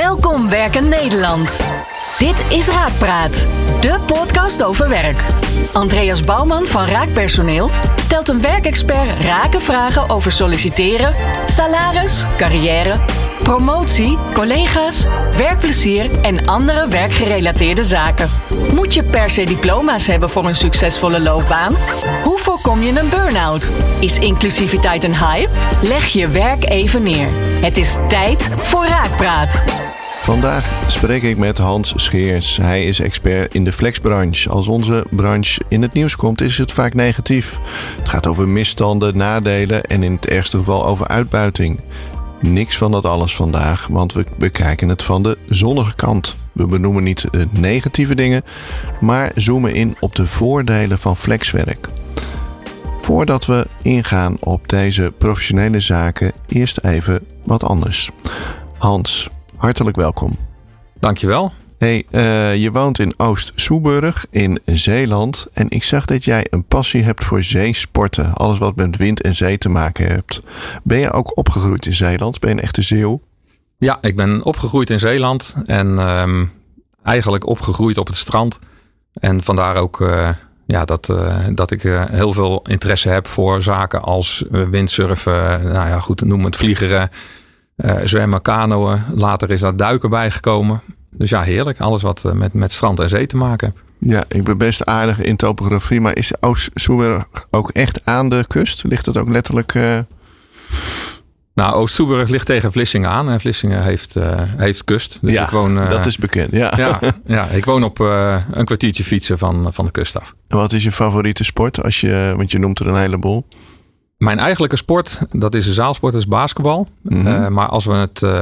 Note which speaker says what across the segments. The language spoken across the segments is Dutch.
Speaker 1: Welkom Werkend Nederland. Dit is Raakpraat, de podcast over werk. Andreas Bouwman van Raakpersoneel stelt een werkexpert rake vragen over solliciteren, salaris, carrière, promotie, collega's, werkplezier en andere werkgerelateerde zaken. Moet je per se diploma's hebben voor een succesvolle loopbaan? Hoe voorkom je een burn-out? Is inclusiviteit een hype? Leg je werk even neer. Het is tijd voor Raakpraat.
Speaker 2: Vandaag spreek ik met Hans Scheers. Hij is expert in de flexbranche. Als onze branche in het nieuws komt, is het vaak negatief. Het gaat over misstanden, nadelen en in het ergste geval over uitbuiting. Niks van dat alles vandaag, want we bekijken het van de zonnige kant. We benoemen niet de negatieve dingen, maar zoomen in op de voordelen van flexwerk. Voordat we ingaan op deze professionele zaken, eerst even wat anders. Hans, hartelijk welkom.
Speaker 3: Dankjewel.
Speaker 2: Hey, je woont in Oost-Soeburg in Zeeland en ik zag dat jij een passie hebt voor zeesporten. Alles wat met wind en zee te maken hebt. Ben je ook opgegroeid in Zeeland? Ben je een echte Zeeuw?
Speaker 3: Ja, ik ben opgegroeid in Zeeland en eigenlijk opgegroeid op het strand. En vandaar ook dat ik heel veel interesse heb voor zaken als windsurfen, noem het vliegeren, zwemmen, kanoën. Later is daar duiken bijgekomen. Dus ja, heerlijk. Alles wat met strand en zee te maken heeft.
Speaker 2: Ja, ik ben best aardig in topografie. Maar is Oost-Soeburg ook echt aan de kust? Ligt dat ook letterlijk...
Speaker 3: Nou, Oost-Soeburg ligt tegen Vlissingen aan. En Vlissingen heeft kust. Dus
Speaker 2: ja,
Speaker 3: ik woon,
Speaker 2: dat is bekend. Ja.
Speaker 3: Ja, ik woon op een kwartiertje fietsen van de kust af.
Speaker 2: En wat is je favoriete sport? Want je noemt er een heleboel.
Speaker 3: Mijn eigenlijke sport, dat is een zaalsport, dat is basketbal. Mm-hmm. Maar als we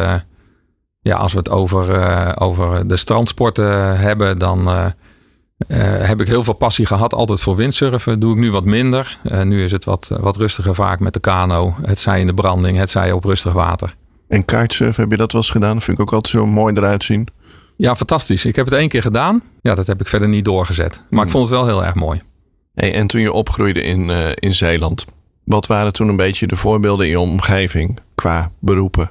Speaker 3: het over de strandsporten hebben, dan heb ik heel veel passie gehad. Altijd voor windsurfen. Doe ik nu wat minder. Nu is het wat rustiger vaak met de kano. Het zij in de branding, het zij op rustig water. En
Speaker 2: kitesurfen, heb je dat wel eens gedaan? Dat vind ik ook altijd zo mooi eruit zien.
Speaker 3: Ja, fantastisch. Ik heb het 1 keer gedaan. Ja, dat heb ik verder niet doorgezet. Maar ik vond het wel heel erg mooi.
Speaker 2: Hey, en toen je opgroeide in Zeeland, wat waren toen een beetje de voorbeelden in je omgeving qua beroepen?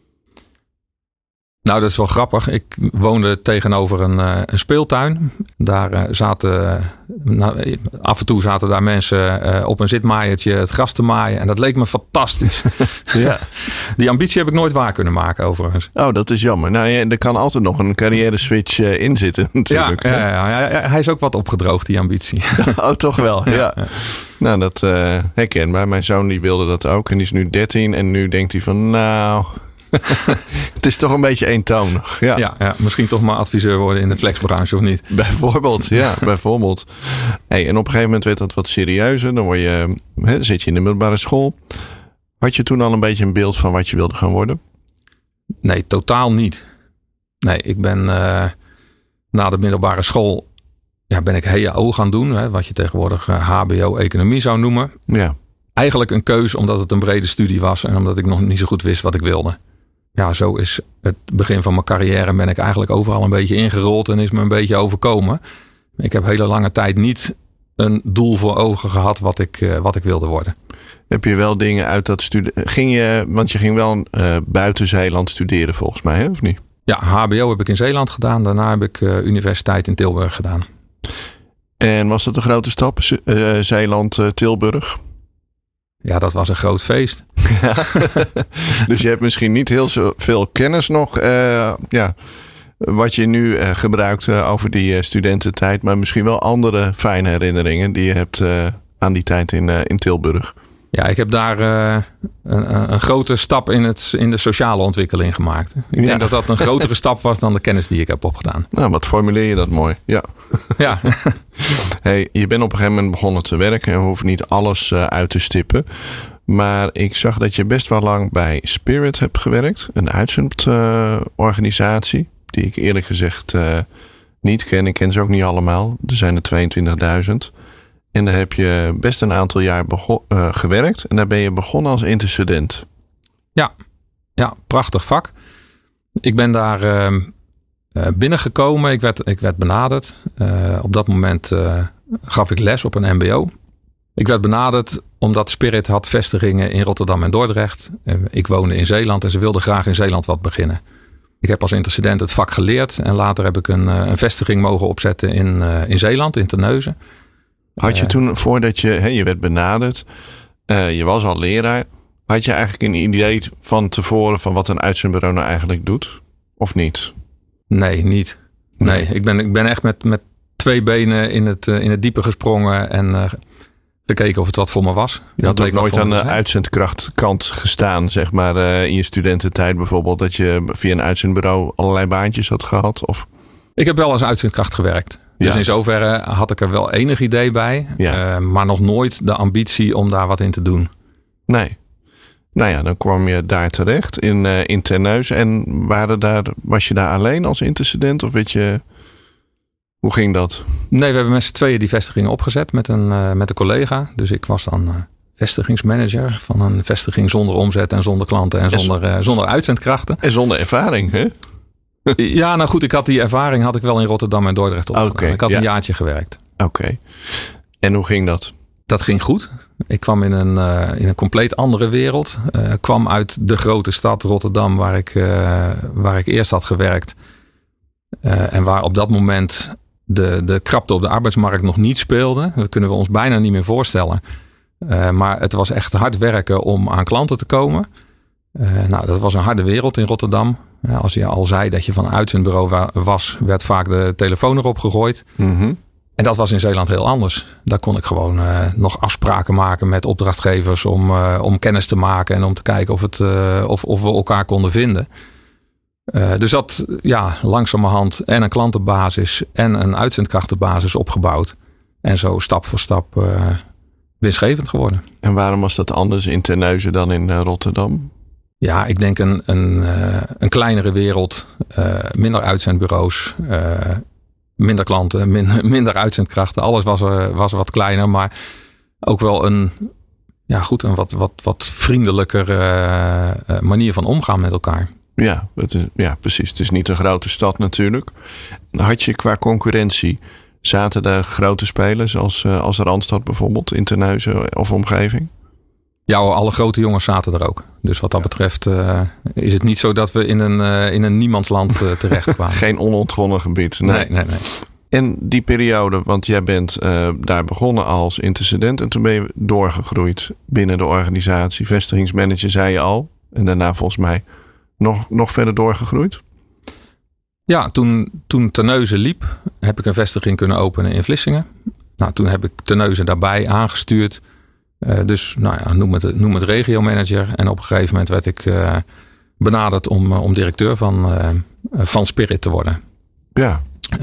Speaker 3: Nou, dat is wel grappig. Ik woonde tegenover een speeltuin. Daar af en toe zaten daar mensen op een zitmaaiertje het gras te maaien. En dat leek me fantastisch. Ja. Die ambitie heb ik nooit waar kunnen maken, overigens.
Speaker 2: Oh, dat is jammer. Nou, er kan altijd nog een carrière switch in zitten, natuurlijk.
Speaker 3: Ja, hij is ook wat opgedroogd, die ambitie.
Speaker 2: Oh, toch wel, ja. Nou, dat herkenbaar. Mijn zoon die wilde dat ook. En die is nu 13 en nu denkt hij van, nou... Het is toch een beetje eentonig. Ja,
Speaker 3: misschien toch maar adviseur worden in de flexbranche of niet?
Speaker 2: Bijvoorbeeld, ja, bijvoorbeeld. Hey, en op een gegeven moment werd dat wat serieuzer. Dan zit je in de middelbare school. Had je toen al een beetje een beeld van wat je wilde gaan worden?
Speaker 3: Nee, totaal niet. Nee, ik ben na de middelbare school ben ik HAO gaan doen. Wat je tegenwoordig HBO-economie zou noemen.
Speaker 2: Ja.
Speaker 3: Eigenlijk een keuze omdat het een brede studie was en omdat ik nog niet zo goed wist wat ik wilde. Ja, zo is het begin van mijn carrière ben ik eigenlijk overal een beetje ingerold en is me een beetje overkomen. Ik heb hele lange tijd niet een doel voor ogen gehad wat ik wilde worden.
Speaker 2: Heb je wel dingen uit dat studie... Want je ging wel buiten Zeeland studeren volgens mij, hè? Of niet?
Speaker 3: Ja, HBO heb ik in Zeeland gedaan. Daarna heb ik universiteit in Tilburg gedaan.
Speaker 2: En was dat een grote stap? Zeeland-Tilburg?
Speaker 3: Ja, dat was een groot feest.
Speaker 2: Ja. Dus je hebt misschien niet heel veel kennis nog. Wat je nu gebruikt over die studententijd. Maar misschien wel andere fijne herinneringen die je hebt aan die tijd in Tilburg.
Speaker 3: Ja, ik heb daar een grote stap in de sociale ontwikkeling gemaakt. Ik denk dat dat een grotere stap was dan de kennis die ik heb opgedaan.
Speaker 2: Nou, wat formuleer je dat mooi. Ja. Hey, je bent op een gegeven moment begonnen te werken en hoeft niet alles uit te stippen. Maar ik zag dat je best wel lang bij Spirit hebt gewerkt. Een uitzendorganisatie die ik eerlijk gezegd niet ken. Ik ken ze ook niet allemaal. Er zijn er 22.000. En daar heb je best een aantal jaar gewerkt. En daar ben je begonnen als interstudent.
Speaker 3: Ja, prachtig vak. Ik ben daar binnengekomen. Ik werd benaderd. Op dat moment gaf ik les op een mbo. Ik werd benaderd omdat Spirit had vestigingen in Rotterdam en Dordrecht. Ik woonde in Zeeland en ze wilden graag in Zeeland wat beginnen. Ik heb als intercedent het vak geleerd. En later heb ik een vestiging mogen opzetten in Zeeland, in Terneuzen.
Speaker 2: Had je toen, voordat je werd benaderd, je was al leraar, had je eigenlijk een idee van tevoren van wat een uitzendbureau nou eigenlijk doet? Of niet?
Speaker 3: Nee, niet. Nee, ik ben echt met 2 benen in het diepe gesprongen en gekeken of het wat voor me was.
Speaker 2: Je had ook nooit aan de uitzendkrachtkant gestaan, zeg maar, in je studententijd bijvoorbeeld, dat je via een uitzendbureau allerlei baantjes had gehad? Of?
Speaker 3: Ik heb wel als uitzendkracht gewerkt. Dus in zoverre had ik er wel enig idee bij. Ja. Maar nog nooit de ambitie om daar wat in te doen.
Speaker 2: Nee. Nou ja, dan kwam je daar terecht in Terneuzen. En was je daar alleen als intercedent? Of hoe ging dat? Nee, we
Speaker 3: hebben met z'n tweeën die vestigingen opgezet met een collega. Dus ik was dan vestigingsmanager van een vestiging zonder omzet en zonder klanten en zonder uitzendkrachten.
Speaker 2: En zonder ervaring, hè?
Speaker 3: Ja, nou goed, ik had die ervaring wel in Rotterdam en Dordrecht opgedaan. Okay, ik had een jaartje gewerkt.
Speaker 2: Oké. En hoe ging dat?
Speaker 3: Dat ging goed. Ik kwam in een compleet andere wereld. Kwam uit de grote stad Rotterdam waar ik eerst had gewerkt. En waar op dat moment de krapte op de arbeidsmarkt nog niet speelde. Dat kunnen we ons bijna niet meer voorstellen. Maar het was echt hard werken om aan klanten te komen. Dat was een harde wereld in Rotterdam. Als je al zei dat je van een uitzendbureau was, werd vaak de telefoon erop gegooid. Mm-hmm. En dat was in Zeeland heel anders. Daar kon ik gewoon nog afspraken maken met opdrachtgevers om kennis te maken en om te kijken of we elkaar konden vinden. Dus dat langzamerhand en een klantenbasis en een uitzendkrachtenbasis opgebouwd. En zo stap voor stap winstgevend geworden.
Speaker 2: En waarom was dat anders in Terneuzen dan in Rotterdam?
Speaker 3: Ja, ik denk een kleinere wereld, minder uitzendbureaus, minder klanten, minder uitzendkrachten. Alles was wat kleiner, maar ook wel een wat vriendelijker manier van omgaan met elkaar.
Speaker 2: Ja, precies. Het is niet een grote stad natuurlijk. Had je qua concurrentie, zaten daar grote spelers als Randstad bijvoorbeeld in Terneuzen of omgeving?
Speaker 3: Ja, alle grote jongens zaten er ook. Dus wat dat betreft is het niet zo dat we in een niemandsland terecht kwamen.
Speaker 2: Geen onontgonnen gebied.
Speaker 3: Nee.
Speaker 2: En die periode, want jij bent daar begonnen als intercedent en toen ben je doorgegroeid binnen de organisatie. Vestigingsmanager zei je al. En daarna volgens mij nog verder doorgegroeid.
Speaker 3: Ja, toen Terneuzen liep, heb ik een vestiging kunnen openen in Vlissingen. Nou, toen heb ik Terneuzen daarbij aangestuurd. Dus noem het regiomanager. En op een gegeven moment werd ik benaderd om directeur van Spirit te worden.
Speaker 2: Ja.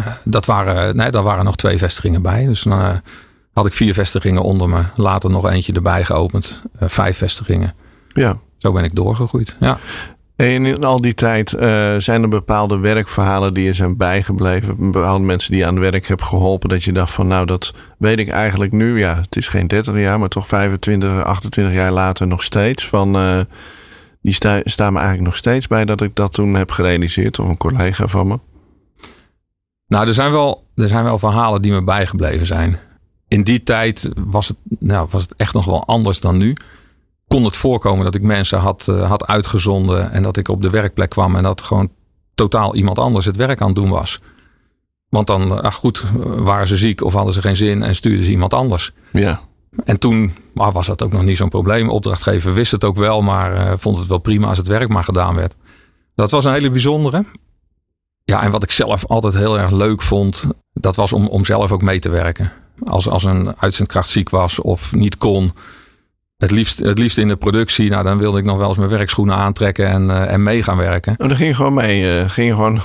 Speaker 3: Daar waren nog 2 vestigingen bij. Dus dan had ik 4 vestigingen onder me. Later nog eentje erbij geopend. 5 vestigingen.
Speaker 2: Ja.
Speaker 3: Zo ben ik doorgegroeid. Ja.
Speaker 2: En in al die tijd zijn er bepaalde werkverhalen die je zijn bijgebleven. Bepaalde mensen die je aan het werk hebben geholpen. Dat je dacht van dat weet ik eigenlijk nu. Ja, het is geen 30 jaar, maar toch 25, 28 jaar later nog steeds. Die staan me eigenlijk nog steeds bij dat ik dat toen heb gerealiseerd. Of een collega van me.
Speaker 3: Nou, er zijn wel verhalen die me bijgebleven zijn. In die tijd was het echt nog wel anders dan nu. Kon het voorkomen dat ik mensen had uitgezonden en dat ik op de werkplek kwam en dat gewoon totaal iemand anders het werk aan het doen was. Want dan, waren ze ziek of hadden ze geen zin en stuurden ze iemand anders.
Speaker 2: Ja.
Speaker 3: En toen was dat ook nog niet zo'n probleem. Opdrachtgever wist het ook wel, maar vond het wel prima als het werk maar gedaan werd. Dat was een hele bijzondere. Ja, en wat ik zelf altijd heel erg leuk vond, dat was om zelf ook mee te werken. Als een uitzendkracht ziek was of niet kon, het liefst in de productie, dan wilde ik nog wel eens mijn werkschoenen aantrekken en mee gaan werken.
Speaker 2: Dan ging je gewoon mee? Ging je gewoon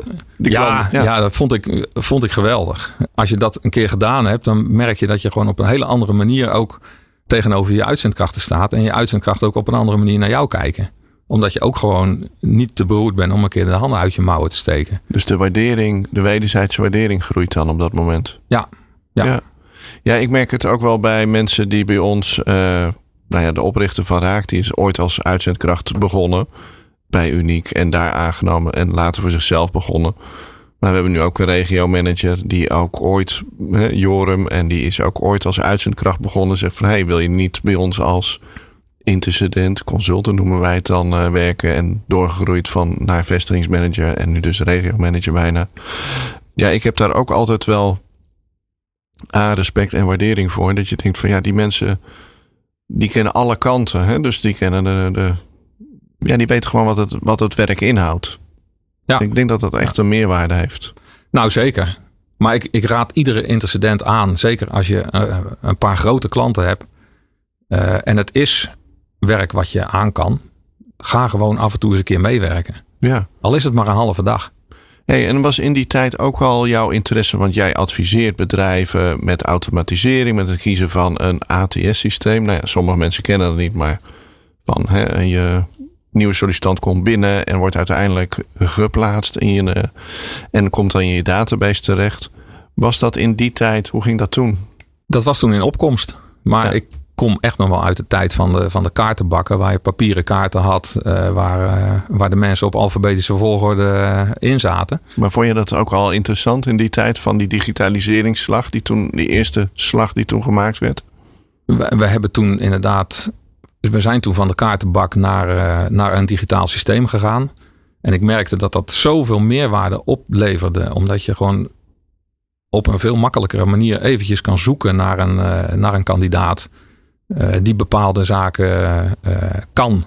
Speaker 3: ja, dat vond ik geweldig. Als je dat een keer gedaan hebt, dan merk je dat je gewoon op een hele andere manier ook tegenover je uitzendkrachten staat. En je uitzendkrachten ook op een andere manier naar jou kijken. Omdat je ook gewoon niet te beroerd bent om een keer de handen uit je mouwen te steken.
Speaker 2: Dus de wederzijdse waardering groeit dan op dat moment?
Speaker 3: Ja,
Speaker 2: ik merk het ook wel bij mensen die bij ons... de oprichter van Raak, die is ooit als uitzendkracht begonnen bij Uniek en daar aangenomen en later voor zichzelf begonnen. Maar we hebben nu ook een regiomanager die ook ooit, Joram, en die is ook ooit als uitzendkracht begonnen. Zegt van, wil je niet bij ons als intercedent, consultant noemen wij het dan, werken. En doorgegroeid naar vestigingsmanager en nu dus regiomanager bijna. Ja, ik heb daar ook altijd wel respect en waardering voor. Dat je denkt van ja, die mensen die kennen alle kanten. Hè? Dus die kennen die weten gewoon wat het werk inhoudt. Ja. Ik denk dat dat echt een meerwaarde heeft.
Speaker 3: Nou, zeker. Maar ik raad iedere intercedent aan. Zeker als je een paar grote klanten hebt. En het is werk wat je aan kan. Ga gewoon af en toe eens een keer meewerken. Ja. Al is het maar een halve dag.
Speaker 2: Hey, en was in die tijd ook al jouw interesse, want jij adviseert bedrijven met automatisering, met het kiezen van een ATS-systeem. Nou ja, sommige mensen kennen dat niet, maar je nieuwe sollicitant komt binnen en wordt uiteindelijk geplaatst en komt dan in je database terecht. Was dat in die tijd, hoe ging dat toen?
Speaker 3: Dat was toen in opkomst. Maar ik kom echt nog wel uit de tijd van de kaartenbakken, waar je papieren kaarten had, waar de mensen op alfabetische volgorde in zaten.
Speaker 2: Maar vond je dat ook al interessant in die tijd van die digitaliseringsslag, die eerste slag die toen gemaakt werd?
Speaker 3: We hebben toen inderdaad, we zijn toen van de kaartenbak naar een digitaal systeem gegaan. En ik merkte dat zoveel meerwaarde opleverde, omdat je gewoon op een veel makkelijkere manier eventjes kan zoeken naar een kandidaat die bepaalde zaken kan.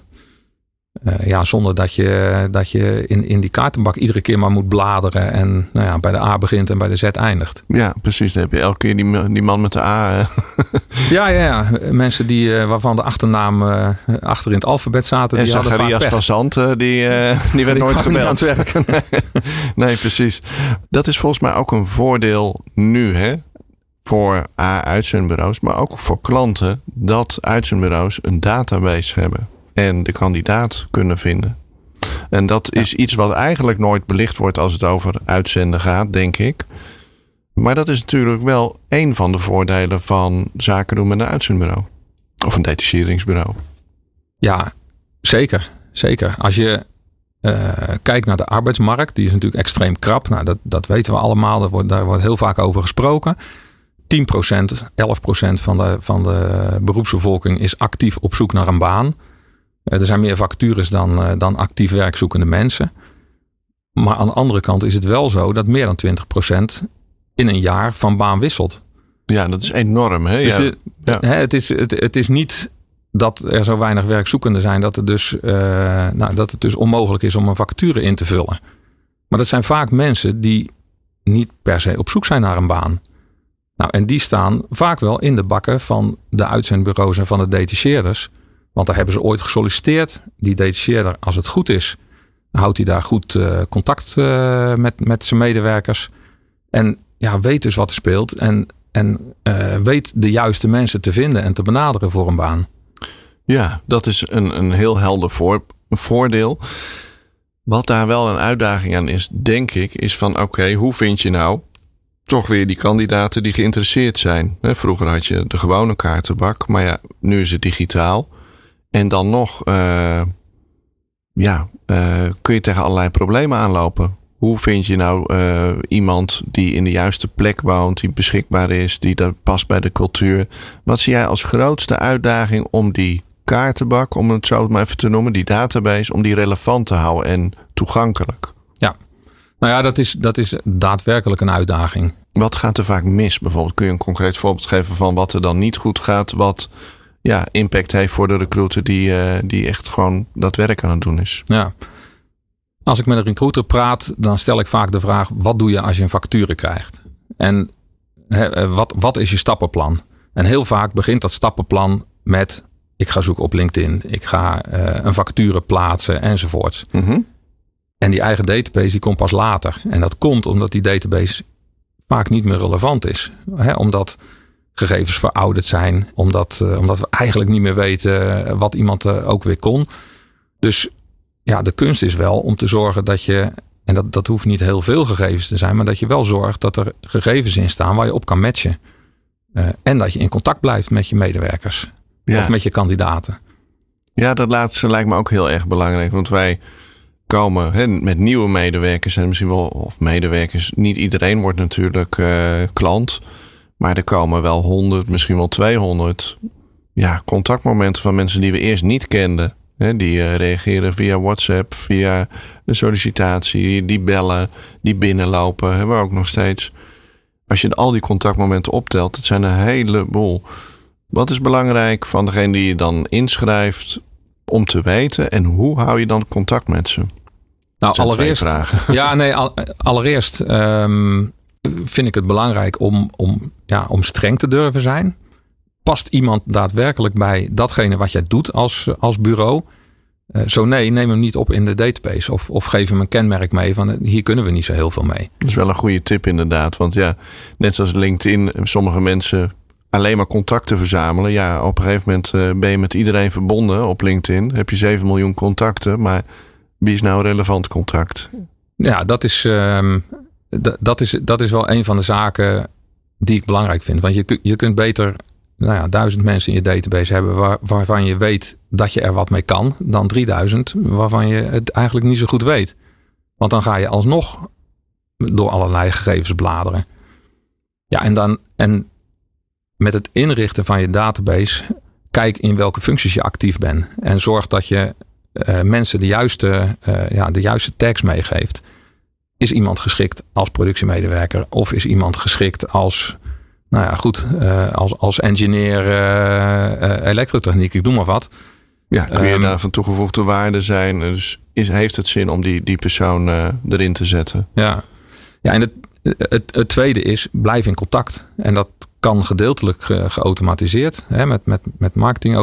Speaker 3: Zonder dat je in die kaartenbak iedere keer maar moet bladeren en bij de A begint en bij de Z eindigt.
Speaker 2: Ja, precies. Dan heb je elke keer die man met de A.
Speaker 3: Ja. Mensen waarvan de achternaam achter in het alfabet zaten.
Speaker 2: En Zacharias van Zanten, die werd nooit gebeld.
Speaker 3: Aan het werken.
Speaker 2: Nee, precies. Dat is volgens mij ook een voordeel nu, hè? Voor uitzendbureaus, maar ook voor klanten, dat uitzendbureaus een database hebben en de kandidaat kunnen vinden. En dat is iets wat eigenlijk nooit belicht wordt als het over uitzenden gaat, denk ik. Maar dat is natuurlijk wel een van de voordelen van zaken doen met een uitzendbureau. Of een detacheringsbureau.
Speaker 3: Ja, zeker. Zeker. Als je kijkt naar de arbeidsmarkt, die is natuurlijk extreem krap. Nou, dat weten we allemaal. Daar wordt heel vaak over gesproken. 10%, 11% van de beroepsbevolking is actief op zoek naar een baan. Er zijn meer vacatures dan actief werkzoekende mensen. Maar aan de andere kant is het wel zo dat meer dan 20% in een jaar van baan wisselt.
Speaker 2: Ja, dat is enorm. Hè?
Speaker 3: Dus het is niet dat er zo weinig werkzoekenden zijn dat het dus onmogelijk is om een vacature in te vullen. Maar dat zijn vaak mensen die niet per se op zoek zijn naar een baan. Nou, en die staan vaak wel in de bakken van de uitzendbureaus en van de detacheerders. Want daar hebben ze ooit gesolliciteerd. Die detacheerder, als het goed is, houdt hij daar goed contact met zijn medewerkers. En weet dus wat er speelt. En weet de juiste mensen te vinden en te benaderen voor een baan.
Speaker 2: Ja, dat is een heel helder voordeel. Wat daar wel een uitdaging aan is, denk ik, is van oké, hoe vind je nou toch weer die kandidaten die geïnteresseerd zijn? Vroeger had je de gewone kaartenbak, maar ja, nu is het digitaal. En dan nog kun je tegen allerlei problemen aanlopen. Hoe vind je nou iemand die in de juiste plek woont, die beschikbaar is, die daar past bij de cultuur? Wat zie jij als grootste uitdaging om die kaartenbak, om het zo maar even te noemen, die database, om die relevant te houden en toegankelijk?
Speaker 3: Ja, nou ja, dat is daadwerkelijk een uitdaging.
Speaker 2: Wat gaat er vaak mis? Bijvoorbeeld, kun je een concreet voorbeeld geven van wat er dan niet goed gaat, wat impact heeft voor de recruiter die echt gewoon dat werk aan het doen is?
Speaker 3: Ja. Als ik met een recruiter praat, dan stel ik vaak de vraag: wat doe je als je een vacature krijgt? En wat is je stappenplan? En heel vaak begint dat stappenplan met: ik ga zoeken op LinkedIn, ik ga een vacature plaatsen enzovoort. Mm-hmm. En die eigen database die komt pas later. En dat komt omdat die database vaak niet meer relevant is. Omdat gegevens verouderd zijn, omdat we eigenlijk niet meer weten wat iemand ook weer kon. Dus ja, de kunst is wel om te zorgen dat je, en dat hoeft niet heel veel gegevens te zijn, maar dat je wel zorgt dat er gegevens in staan waar je op kan matchen. En dat je in contact blijft met je medewerkers. Ja. Of met je kandidaten.
Speaker 2: Ja, dat laatste lijkt me ook heel erg belangrijk. Want wij komen met nieuwe medewerkers en misschien wel, of medewerkers, niet iedereen wordt natuurlijk klant. Maar er komen wel 100, misschien wel 200 contactmomenten van mensen die we eerst niet kenden. Die reageren via WhatsApp, via een sollicitatie, die bellen, die binnenlopen. Hebben we ook nog steeds. Als je al die contactmomenten optelt, het zijn een heleboel. Wat is belangrijk van degene die je dan inschrijft om te weten? En hoe hou je dan contact met ze?
Speaker 3: Nou, allereerst vind ik het belangrijk om streng te durven zijn. Past iemand daadwerkelijk bij datgene wat jij doet als bureau? Zo nee, neem hem niet op in de database. Of geef hem een kenmerk mee van hier kunnen we niet zo heel veel mee.
Speaker 2: Dat is wel een goede tip inderdaad. Want net zoals LinkedIn, sommige mensen alleen maar contacten verzamelen. Ja, op een gegeven moment ben je met iedereen verbonden op LinkedIn. Heb je 7 miljoen contacten, maar wie is nou relevant contact?
Speaker 3: Ja, dat is wel een van de zaken die ik belangrijk vind. Want je kunt beter 1000 mensen in je database hebben waarvan je weet dat je er wat mee kan, dan 3000 waarvan je het eigenlijk niet zo goed weet. Want dan ga je alsnog door allerlei gegevens bladeren. Ja, en met het inrichten van je database, kijk in welke functies je actief bent. En zorg dat je mensen de juiste tags meegeeft. Is iemand geschikt als productiemedewerker? Of is iemand geschikt als engineer elektrotechniek, ik noem maar wat.
Speaker 2: Ja, kun je daar van toegevoegde waarde zijn? Dus heeft het zin om die persoon erin te zetten?
Speaker 3: Ja, en het tweede is, blijf in contact. En dat kan gedeeltelijk geautomatiseerd. Met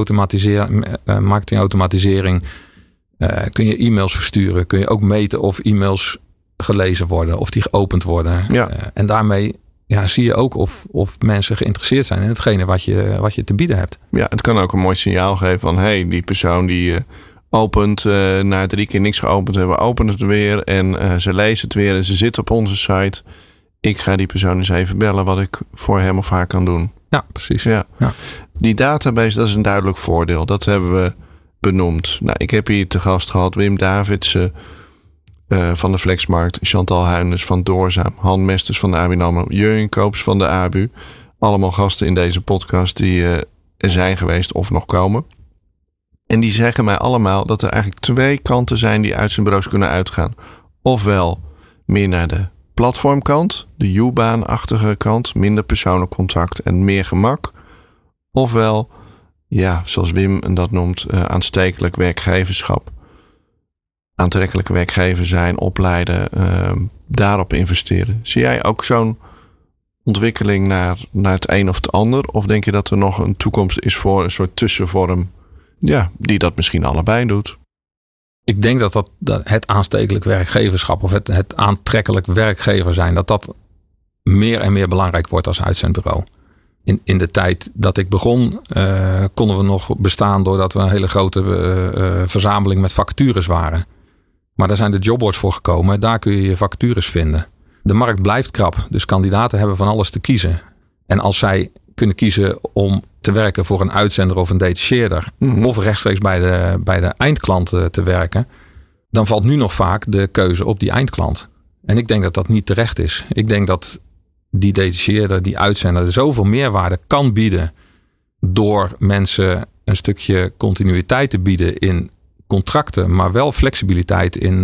Speaker 3: marketingautomatisering kun je e-mails versturen. Kun je ook meten of e-mails gelezen worden. Of die geopend worden.
Speaker 2: Ja.
Speaker 3: En daarmee zie je ook of mensen geïnteresseerd zijn in hetgene wat je te bieden hebt.
Speaker 2: Ja, het kan ook een mooi signaal geven van die persoon die opent na 3 keer niks geopend hebben, opent het weer en ze lezen het weer en ze zit op onze site. Ik ga die persoon eens even bellen wat ik voor hem of haar kan doen.
Speaker 3: Ja, precies.
Speaker 2: Ja. Die database, dat is een duidelijk voordeel. Dat hebben we benoemd. Nou, ik heb hier te gast gehad Wim Davidsen van de Flexmarkt, Chantal Huijners van Doorzaam, Han Mesters van de ABN AMRO, Jurjen Koops van de ABU. Allemaal gasten in deze podcast die er zijn geweest of nog komen. En die zeggen mij allemaal dat er eigenlijk 2 kanten zijn die uit zijn bureaus kunnen uitgaan. Ofwel meer naar de platformkant, de U-baan-achtige kant, minder persoonlijk contact en meer gemak. Ofwel, zoals Wim dat noemt, aanstekelijk werkgeverschap. Aantrekkelijke werkgever zijn, opleiden, daarop investeren. Zie jij ook zo'n ontwikkeling naar het een of het ander? Of denk je dat er nog een toekomst is voor een soort tussenvorm, die dat misschien allebei doet?
Speaker 3: Ik denk dat het aanstekelijk werkgeverschap of het aantrekkelijk werkgever zijn, dat meer en meer belangrijk wordt als uitzendbureau. In de tijd dat ik begon, konden we nog bestaan doordat we een hele grote verzameling met vacatures waren. Maar daar zijn de jobboards voor gekomen. Daar kun je je vacatures vinden. De markt blijft krap. Dus kandidaten hebben van alles te kiezen. En als zij kunnen kiezen om te werken voor een uitzender of een detacheerder. Of rechtstreeks bij de eindklant te werken. Dan valt nu nog vaak de keuze op die eindklant. En ik denk dat dat niet terecht is. Ik denk dat die detacheerder, die uitzender zoveel meerwaarde kan bieden. Door mensen een stukje continuïteit te bieden in contracten, maar wel flexibiliteit in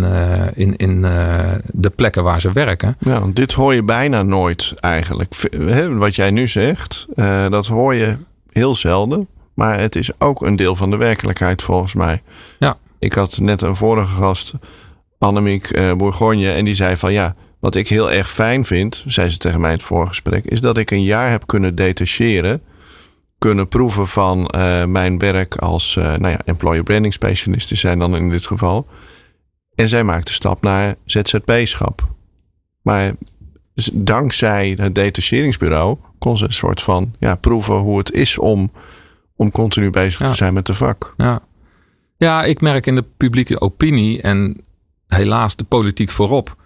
Speaker 3: de plekken waar ze werken.
Speaker 2: Ja, want dit hoor je bijna nooit eigenlijk. Wat jij nu zegt, dat hoor je heel zelden. Maar het is ook een deel van de werkelijkheid volgens mij.
Speaker 3: Ja.
Speaker 2: Ik had net een vorige gast, Annemiek Bourgogne, en die zei van wat ik heel erg fijn vind, zei ze tegen mij in het vorige gesprek, is dat ik een jaar heb kunnen detacheren, kunnen proeven van mijn werk als employer branding specialist zijn dan in dit geval. En zij maakt de stap naar ZZP-schap. Maar dankzij het detacheringsbureau kon ze een soort van proeven hoe het is om continu bezig te zijn met de vak.
Speaker 3: Ja, ik merk in de publieke opinie en helaas de politiek voorop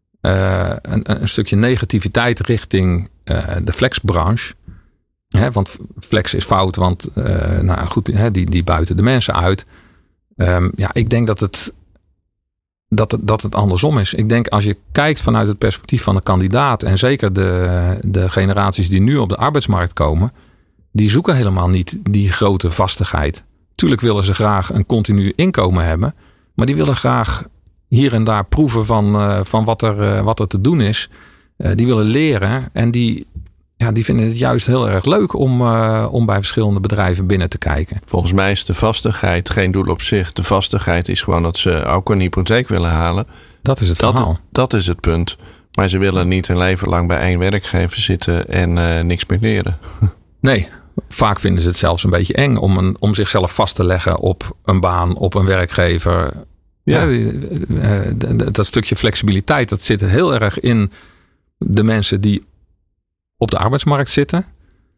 Speaker 3: een stukje negativiteit richting de flexbranche. Want flex is fout, want die buiten de mensen uit. Ik denk dat het andersom is. Ik denk als je kijkt vanuit het perspectief van de kandidaat en zeker de generaties die nu op de arbeidsmarkt komen, die zoeken helemaal niet die grote vastigheid. Tuurlijk willen ze graag een continu inkomen hebben. Maar die willen graag hier en daar proeven van wat er te doen is. Die willen leren. En die vinden het juist heel erg leuk om bij verschillende bedrijven binnen te kijken.
Speaker 2: Volgens mij is de vastigheid geen doel op zich. De vastigheid is gewoon dat ze ook een hypotheek willen halen.
Speaker 3: Dat is het verhaal. Dat
Speaker 2: is het punt. Maar ze willen niet een leven lang bij één werkgever zitten en niks meer leren. Nee.
Speaker 3: Vaak vinden ze het zelfs een beetje eng om zichzelf vast te leggen op een baan, op een werkgever. Ja. Dat stukje flexibiliteit, dat zit heel erg in de mensen die op de arbeidsmarkt zitten.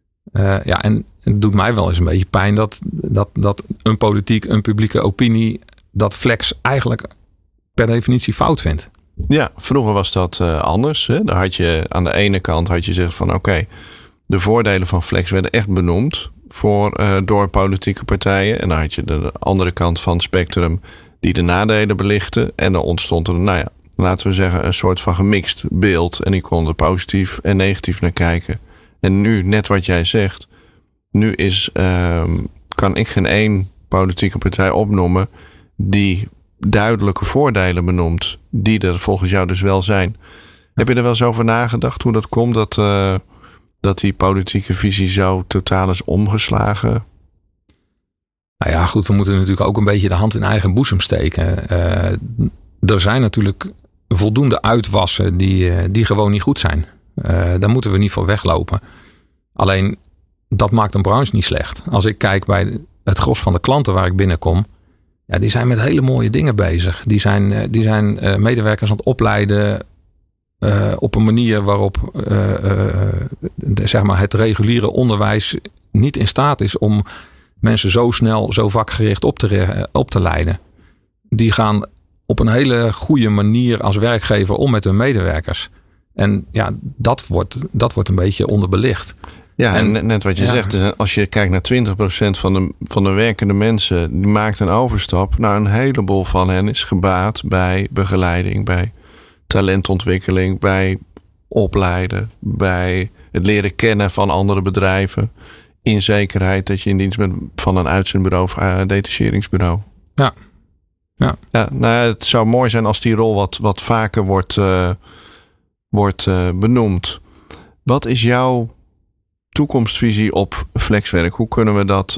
Speaker 3: En het doet mij wel eens een beetje pijn dat een politiek, een publieke opinie dat flex eigenlijk per definitie fout vindt.
Speaker 2: Ja, vroeger was dat anders. Hè? Daar had je aan de ene kant gezegd van oké, de voordelen van flex werden echt benoemd door politieke partijen. En dan had je de andere kant van het spectrum die de nadelen belichten. En dan ontstond er, laten we zeggen, een soort van gemixt beeld. En die konden positief en negatief naar kijken. En nu, net wat jij zegt, nu kan ik geen één politieke partij opnoemen die duidelijke voordelen benoemt, die er volgens jou dus wel zijn. Heb je er wel eens over nagedacht hoe dat komt dat die politieke visie zo totaal is omgeslagen?
Speaker 3: Nou ja, goed, we moeten natuurlijk ook een beetje de hand in eigen boezem steken. Er zijn natuurlijk voldoende uitwassen die gewoon niet goed zijn. Daar moeten we niet voor weglopen. Alleen, dat maakt een branche niet slecht. Als ik kijk bij het gros van de klanten waar ik binnenkom, ja, die zijn met hele mooie dingen bezig. Die zijn medewerkers aan het opleiden op een manier waarop zeg maar het reguliere onderwijs niet in staat is om mensen zo snel, zo vakgericht op te leiden. Die gaan op een hele goede manier als werkgever om met hun medewerkers. En ja, dat wordt een beetje onderbelicht.
Speaker 2: Ja, en net wat je zegt, dus als je kijkt naar 20% van de werkende mensen, die maakt een overstap. Nou, een heleboel van hen is gebaat bij begeleiding, bij talentontwikkeling, bij opleiden, bij het leren kennen van andere bedrijven. In zekerheid dat je in dienst bent van een uitzendbureau of detacheringsbureau.
Speaker 3: Ja.
Speaker 2: Het zou mooi zijn als die rol wat vaker wordt benoemd. Wat is jouw toekomstvisie op flexwerk? Hoe kunnen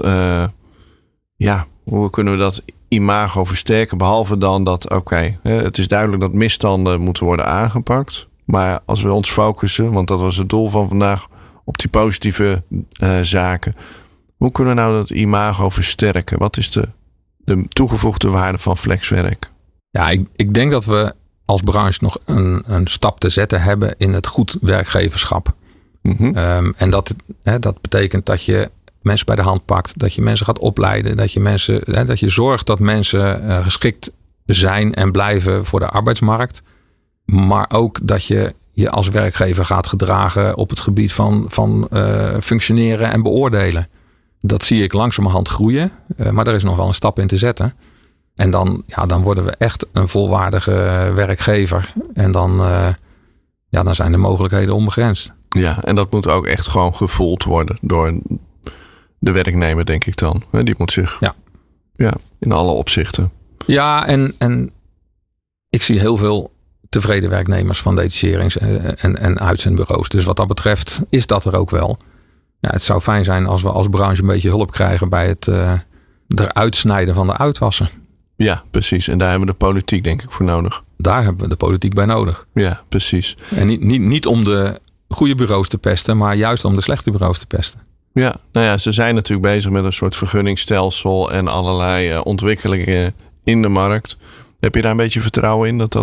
Speaker 2: we dat imago versterken? Behalve dan dat, het is duidelijk dat misstanden moeten worden aangepakt. Maar als we ons focussen, want dat was het doel van vandaag, op die positieve zaken. Hoe kunnen we nou dat imago versterken? Wat is de toegevoegde waarde van flexwerk?
Speaker 3: Ja, ik denk dat we als branche nog een stap te zetten hebben in het goed werkgeverschap. Mm-hmm. En dat betekent dat je mensen bij de hand pakt, dat je mensen gaat opleiden, dat je zorgt dat mensen geschikt zijn en blijven voor de arbeidsmarkt. Maar ook dat je als werkgever gaat gedragen op het gebied van functioneren en beoordelen. Dat zie ik langzamerhand groeien, maar daar is nog wel een stap in te zetten. En dan worden we echt een volwaardige werkgever. En dan zijn de mogelijkheden onbegrensd.
Speaker 2: Ja, en dat moet ook echt gewoon gevoeld worden door de werknemer, denk ik dan. Die moet zich in alle opzichten. Ja, en
Speaker 3: ik zie heel veel tevreden werknemers van detacherings- en uitzendbureaus. Dus wat dat betreft is dat er ook wel. Ja, het zou fijn zijn als we als branche een beetje hulp krijgen bij het eruit snijden van de uitwassen.
Speaker 2: Ja, precies. En daar hebben we de politiek denk ik voor nodig.
Speaker 3: Daar hebben we de politiek bij nodig.
Speaker 2: Ja, precies.
Speaker 3: En niet om de goede bureaus te pesten, maar juist om de slechte bureaus te pesten.
Speaker 2: Ja, ze zijn natuurlijk bezig met een soort vergunningsstelsel en allerlei ontwikkelingen in de markt. Heb je daar een beetje vertrouwen in dat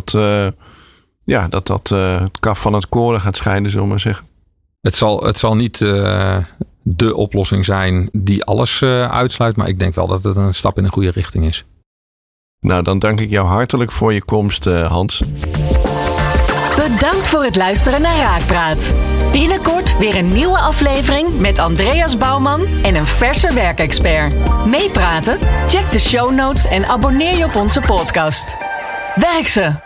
Speaker 2: het kaf van het koren gaat scheiden, zullen we maar zeggen?
Speaker 3: Het zal niet de oplossing zijn die alles uitsluit, maar ik denk wel dat het een stap in de goede richting is.
Speaker 2: Nou, dan dank ik jou hartelijk voor je komst, Hans.
Speaker 1: Bedankt voor het luisteren naar Raakpraat. Binnenkort weer een nieuwe aflevering met Andreas Bouwman en een verse werkexpert. Meepraten? Check de show notes en abonneer je op onze podcast. Werk ze!